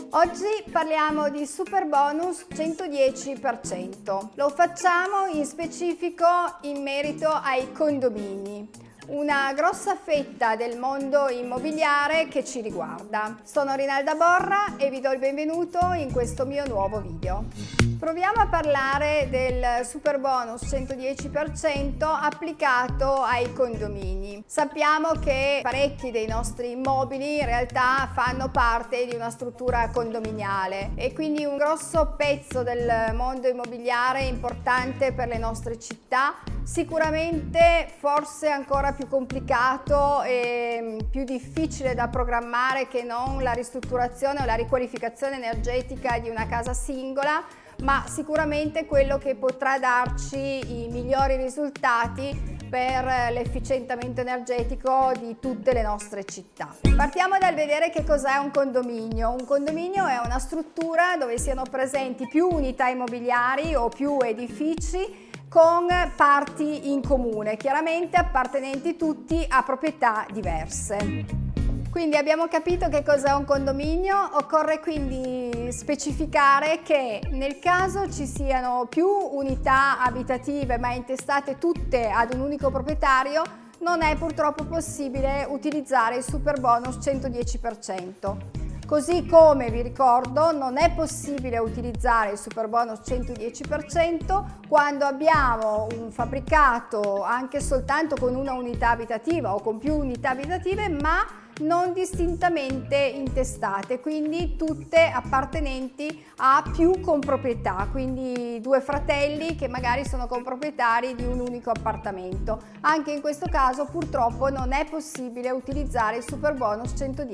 Oggi parliamo di Superbonus 110%. Lo facciamo in specifico in merito ai condomini, una grossa fetta del mondo immobiliare che ci riguarda. Sono Rinalda Borra e vi do il benvenuto in questo mio nuovo video. Proviamo a parlare del Superbonus 110% applicato ai condomini. Sappiamo che parecchi dei nostri immobili in realtà fanno parte di una struttura condominiale e quindi un grosso pezzo del mondo immobiliare importante per le nostre città, sicuramente forse ancora più complicato e più difficile da programmare che non la ristrutturazione o la riqualificazione energetica di una casa singola, ma sicuramente quello che potrà darci i migliori risultati per l'efficientamento energetico di tutte le nostre città. Partiamo dal vedere che cos'è un condominio. Un condominio è una struttura dove siano presenti più unità immobiliari o più edifici con parti in comune, chiaramente appartenenti tutti a proprietà diverse. Quindi abbiamo capito che cos'è un condominio, occorre quindi specificare che nel caso ci siano più unità abitative ma intestate tutte ad un unico proprietario, non è purtroppo possibile utilizzare il Superbonus 110%. Così come vi ricordo non è possibile utilizzare il Superbonus 110% quando abbiamo un fabbricato anche soltanto con una unità abitativa o con più unità abitative ma non distintamente intestate, quindi tutte appartenenti a più comproprietà, quindi due fratelli che magari sono comproprietari di un unico appartamento. Anche in questo caso purtroppo non è possibile utilizzare il Superbonus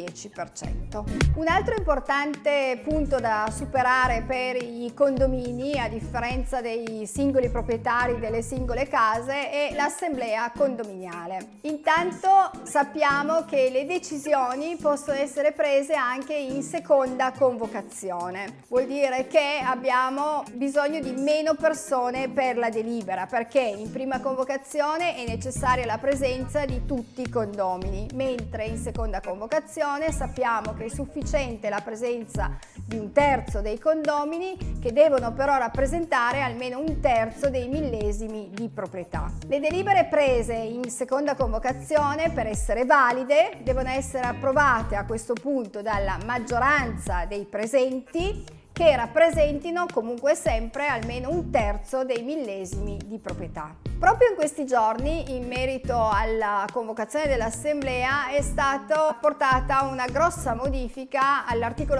110%. Un altro importante punto da superare per i condomini, a differenza dei singoli proprietari delle singole case, è l'assemblea condominiale. Intanto sappiamo che le decisioni possono essere prese anche in seconda convocazione. Vuol dire che abbiamo bisogno di meno persone per la delibera, perché in prima convocazione è necessaria la presenza di tutti i condomini, mentre in seconda convocazione sappiamo che è sufficiente la presenza di un terzo dei condomini, che devono però rappresentare almeno un terzo dei millesimi di proprietà. Le delibere prese in seconda convocazione, per essere valide, devono essere approvate a questo punto dalla maggioranza dei presenti, che rappresentino comunque sempre almeno un terzo dei millesimi di proprietà. Proprio in questi giorni, in merito alla convocazione dell'Assemblea, è stata apportata una grossa modifica all'articolo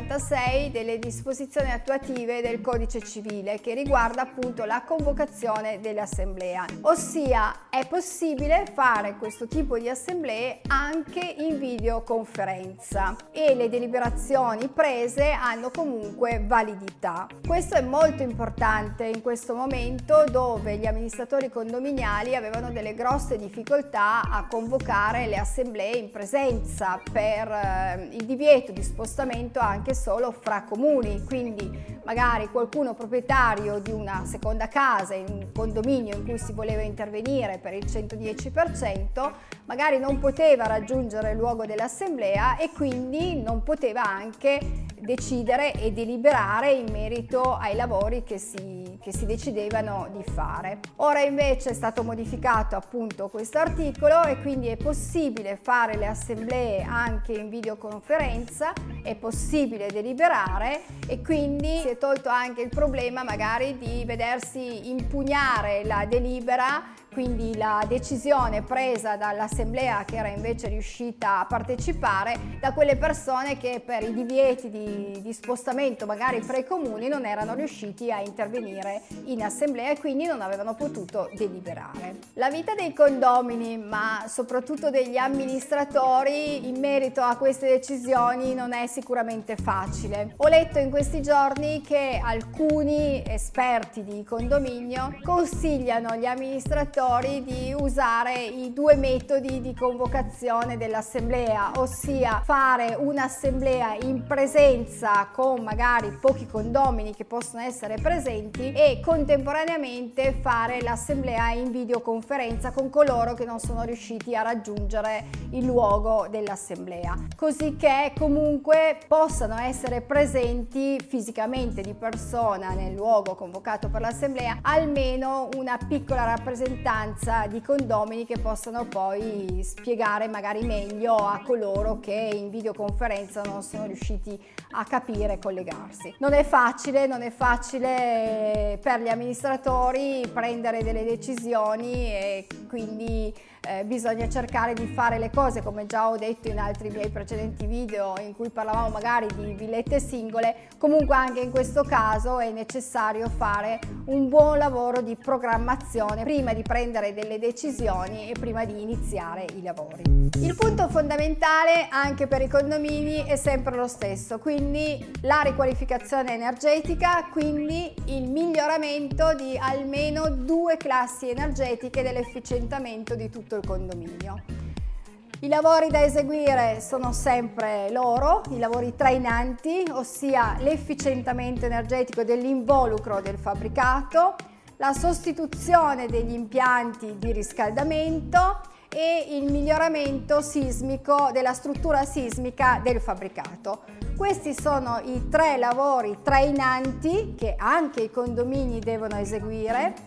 66 delle disposizioni attuative del Codice Civile, che riguarda appunto la convocazione dell'Assemblea. Ossia, è possibile fare questo tipo di assemblee anche in videoconferenza e le deliberazioni prese hanno comunque validità. Questo è molto importante in questo momento dove gli amministratori condominiali avevano delle grosse difficoltà a convocare le assemblee in presenza per il divieto di spostamento anche solo fra comuni, quindi magari qualcuno proprietario di una seconda casa in un condominio in cui si voleva intervenire per il 110% magari non poteva raggiungere il luogo dell'assemblea e quindi non poteva anche decidere e deliberare in merito ai lavori che si decidevano di fare. Ora invece è stato modificato appunto questo articolo e quindi è possibile fare le assemblee anche in videoconferenza, è possibile deliberare e quindi si è tolto anche il problema magari di vedersi impugnare la delibera, quindi la decisione presa dall'assemblea che era invece riuscita a partecipare, da quelle persone che per i divieti di spostamento magari fra i comuni non erano riusciti a intervenire in assemblea e quindi non avevano potuto deliberare. La vita dei condomini, ma soprattutto degli amministratori in merito a queste decisioni non è sicuramente facile. Ho letto in questi giorni che alcuni esperti di condominio consigliano agli amministratori amministratori di usare i due metodi di convocazione dell'assemblea, ossia fare un'assemblea in presenza con magari pochi condomini che possono essere presenti e contemporaneamente fare l'assemblea in videoconferenza con coloro che non sono riusciti a raggiungere il luogo dell'assemblea, così che comunque possano essere presenti fisicamente di persona nel luogo convocato per l'assemblea almeno una piccola rappresentanza di condomini che possano poi spiegare magari meglio a coloro che in videoconferenza non sono riusciti a capire e collegarsi. Non è facile per gli amministratori prendere delle decisioni e quindi bisogna cercare di fare le cose, come già ho detto in altri miei precedenti video in cui parlavamo magari di villette singole. Comunque anche in questo caso è necessario fare un buon lavoro di programmazione prima di prendere delle decisioni e prima di iniziare i lavori. Il punto fondamentale anche per i condomini è sempre lo stesso, quindi la riqualificazione energetica, quindi il miglioramento di almeno 2 classi energetiche dell'efficientamento di tutto il condominio. I lavori da eseguire sono sempre loro, i lavori trainanti, ossia l'efficientamento energetico dell'involucro del fabbricato, la sostituzione degli impianti di riscaldamento e il miglioramento sismico della struttura sismica del fabbricato. Questi sono i 3 lavori trainanti che anche i condomini devono eseguire.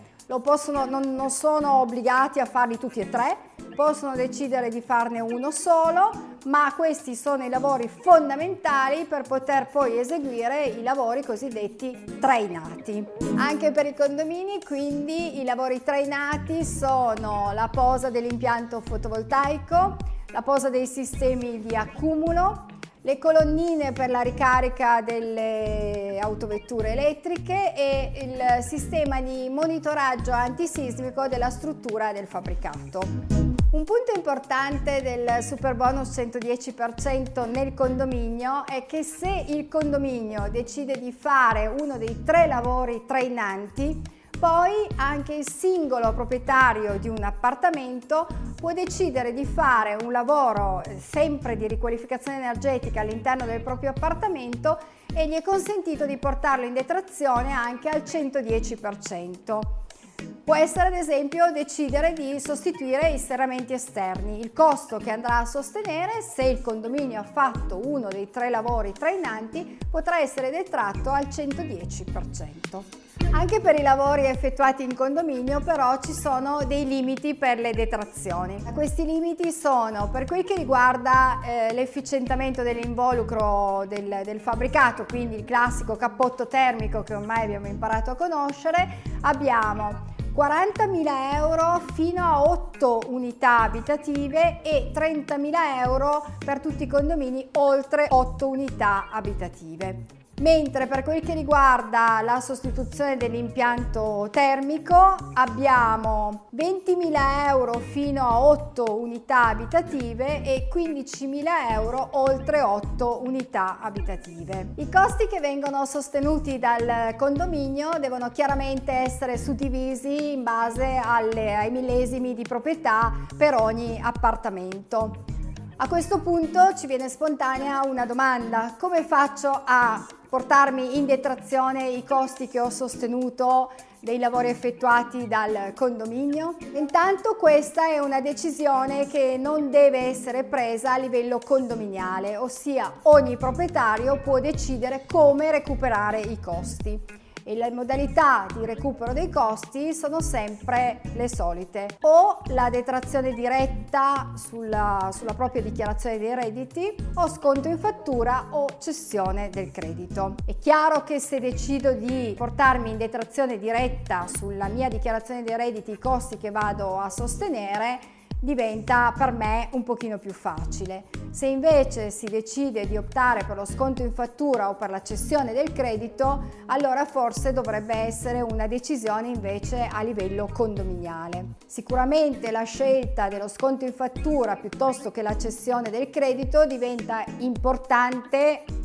Non sono obbligati a farli tutti e 3, possono decidere di farne uno solo, ma questi sono i lavori fondamentali per poter poi eseguire i lavori cosiddetti trainati. Anche per i condomini, quindi, i lavori trainati sono la posa dell'impianto fotovoltaico, la posa dei sistemi di accumulo, le colonnine per la ricarica delle autovetture elettriche e il sistema di monitoraggio antisismico della struttura del fabbricato. Un punto importante del Superbonus 110% nel condominio è che se il condominio decide di fare uno dei 3 lavori trainanti, poi anche il singolo proprietario di un appartamento può decidere di fare un lavoro sempre di riqualificazione energetica all'interno del proprio appartamento e gli è consentito di portarlo in detrazione anche al 110%. Può essere ad esempio decidere di sostituire i serramenti esterni, il costo che andrà a sostenere se il condominio ha fatto uno dei 3 lavori trainanti potrà essere detratto al 110%. Anche per i lavori effettuati in condominio però ci sono dei limiti per le detrazioni. Questi limiti sono, per quel che riguarda l'efficientamento dell'involucro del fabbricato, quindi il classico cappotto termico che ormai abbiamo imparato a conoscere, abbiamo 40.000 euro fino a 8 unità abitative e 30.000 euro per tutti i condomini oltre 8 unità abitative. Mentre per quel che riguarda la sostituzione dell'impianto termico abbiamo 20.000 euro fino a 8 unità abitative e 15.000 euro oltre 8 unità abitative. I costi che vengono sostenuti dal condominio devono chiaramente essere suddivisi in base ai millesimi di proprietà per ogni appartamento. A questo punto ci viene spontanea una domanda: come faccio a portarmi in detrazione i costi che ho sostenuto dei lavori effettuati dal condominio? Intanto questa è una decisione che non deve essere presa a livello condominiale, ossia ogni proprietario può decidere come recuperare i costi. E le modalità di recupero dei costi sono sempre le solite: o la detrazione diretta sulla propria dichiarazione dei redditi, o sconto in fattura o cessione del credito. È chiaro che se decido di portarmi in detrazione diretta sulla mia dichiarazione dei redditi i costi che vado a sostenere, diventa per me un pochino più facile. Se invece si decide di optare per lo sconto in fattura o per la cessione del credito, allora forse dovrebbe essere una decisione invece a livello condominiale. Sicuramente la scelta dello sconto in fattura piuttosto che la cessione del credito diventa importante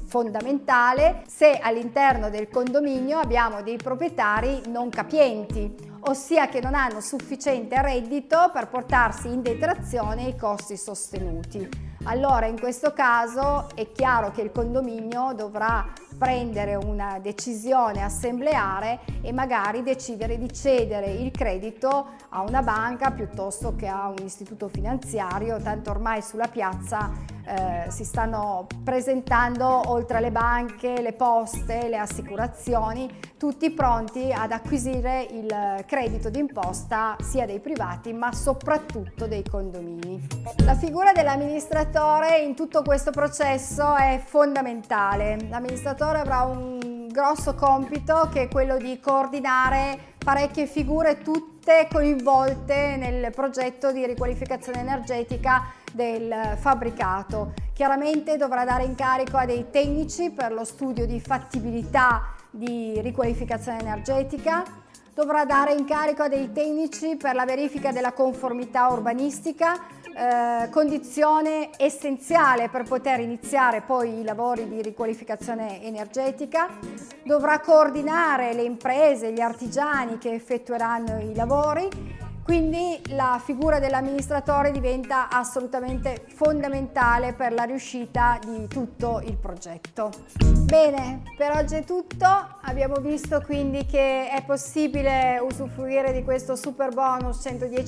fondamentale se all'interno del condominio abbiamo dei proprietari non capienti, ossia che non hanno sufficiente reddito per portarsi in detrazione i costi sostenuti. Allora in questo caso è chiaro che il condominio dovrà prendere una decisione assembleare e magari decidere di cedere il credito a una banca piuttosto che a un istituto finanziario, tanto ormai sulla piazza si stanno presentando, oltre alle banche, le poste, le assicurazioni, tutti pronti ad acquisire il credito d'imposta sia dei privati ma soprattutto dei condomini. La figura dell'amministratore in tutto questo processo è fondamentale. L'amministratore avrà un grosso compito che è quello di coordinare parecchie figure tutte coinvolte nel progetto di riqualificazione energetica del fabbricato. Chiaramente dovrà dare incarico a dei tecnici per lo studio di fattibilità di riqualificazione energetica, dovrà dare incarico a dei tecnici per la verifica della conformità urbanistica, condizione essenziale per poter iniziare poi i lavori di riqualificazione energetica, dovrà coordinare le imprese, gli artigiani che effettueranno i lavori. Quindi la figura dell'amministratore diventa assolutamente fondamentale per la riuscita di tutto il progetto. Bene, per oggi è tutto. Abbiamo visto quindi che è possibile usufruire di questo super bonus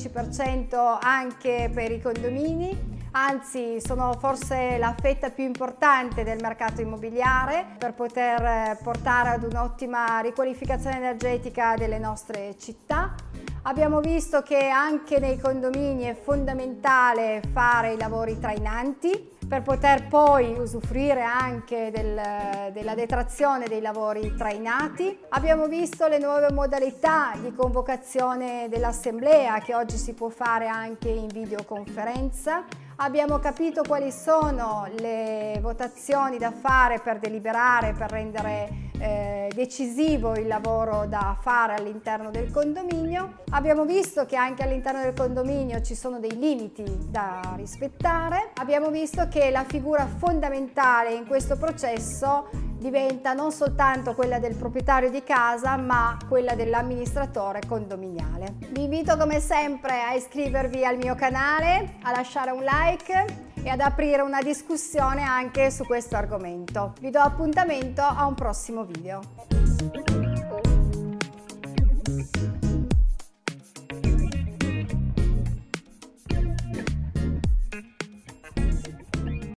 110% anche per i condomini. Anzi, sono forse la fetta più importante del mercato immobiliare per poter portare ad un'ottima riqualificazione energetica delle nostre città. Abbiamo visto che anche nei condomini è fondamentale fare i lavori trainanti per poter poi usufruire anche della detrazione dei lavori trainati. Abbiamo visto le nuove modalità di convocazione dell'assemblea che oggi si può fare anche in videoconferenza. Abbiamo capito quali sono le votazioni da fare per deliberare, per rendere decisivo il lavoro da fare all'interno del condominio. Abbiamo visto che anche all'interno del condominio ci sono dei limiti da rispettare. Abbiamo visto che la figura fondamentale in questo processo diventa non soltanto quella del proprietario di casa, ma quella dell'amministratore condominiale. Vi invito come sempre a iscrivervi al mio canale, a lasciare un like e ad aprire una discussione anche su questo argomento. Vi do appuntamento a un prossimo video.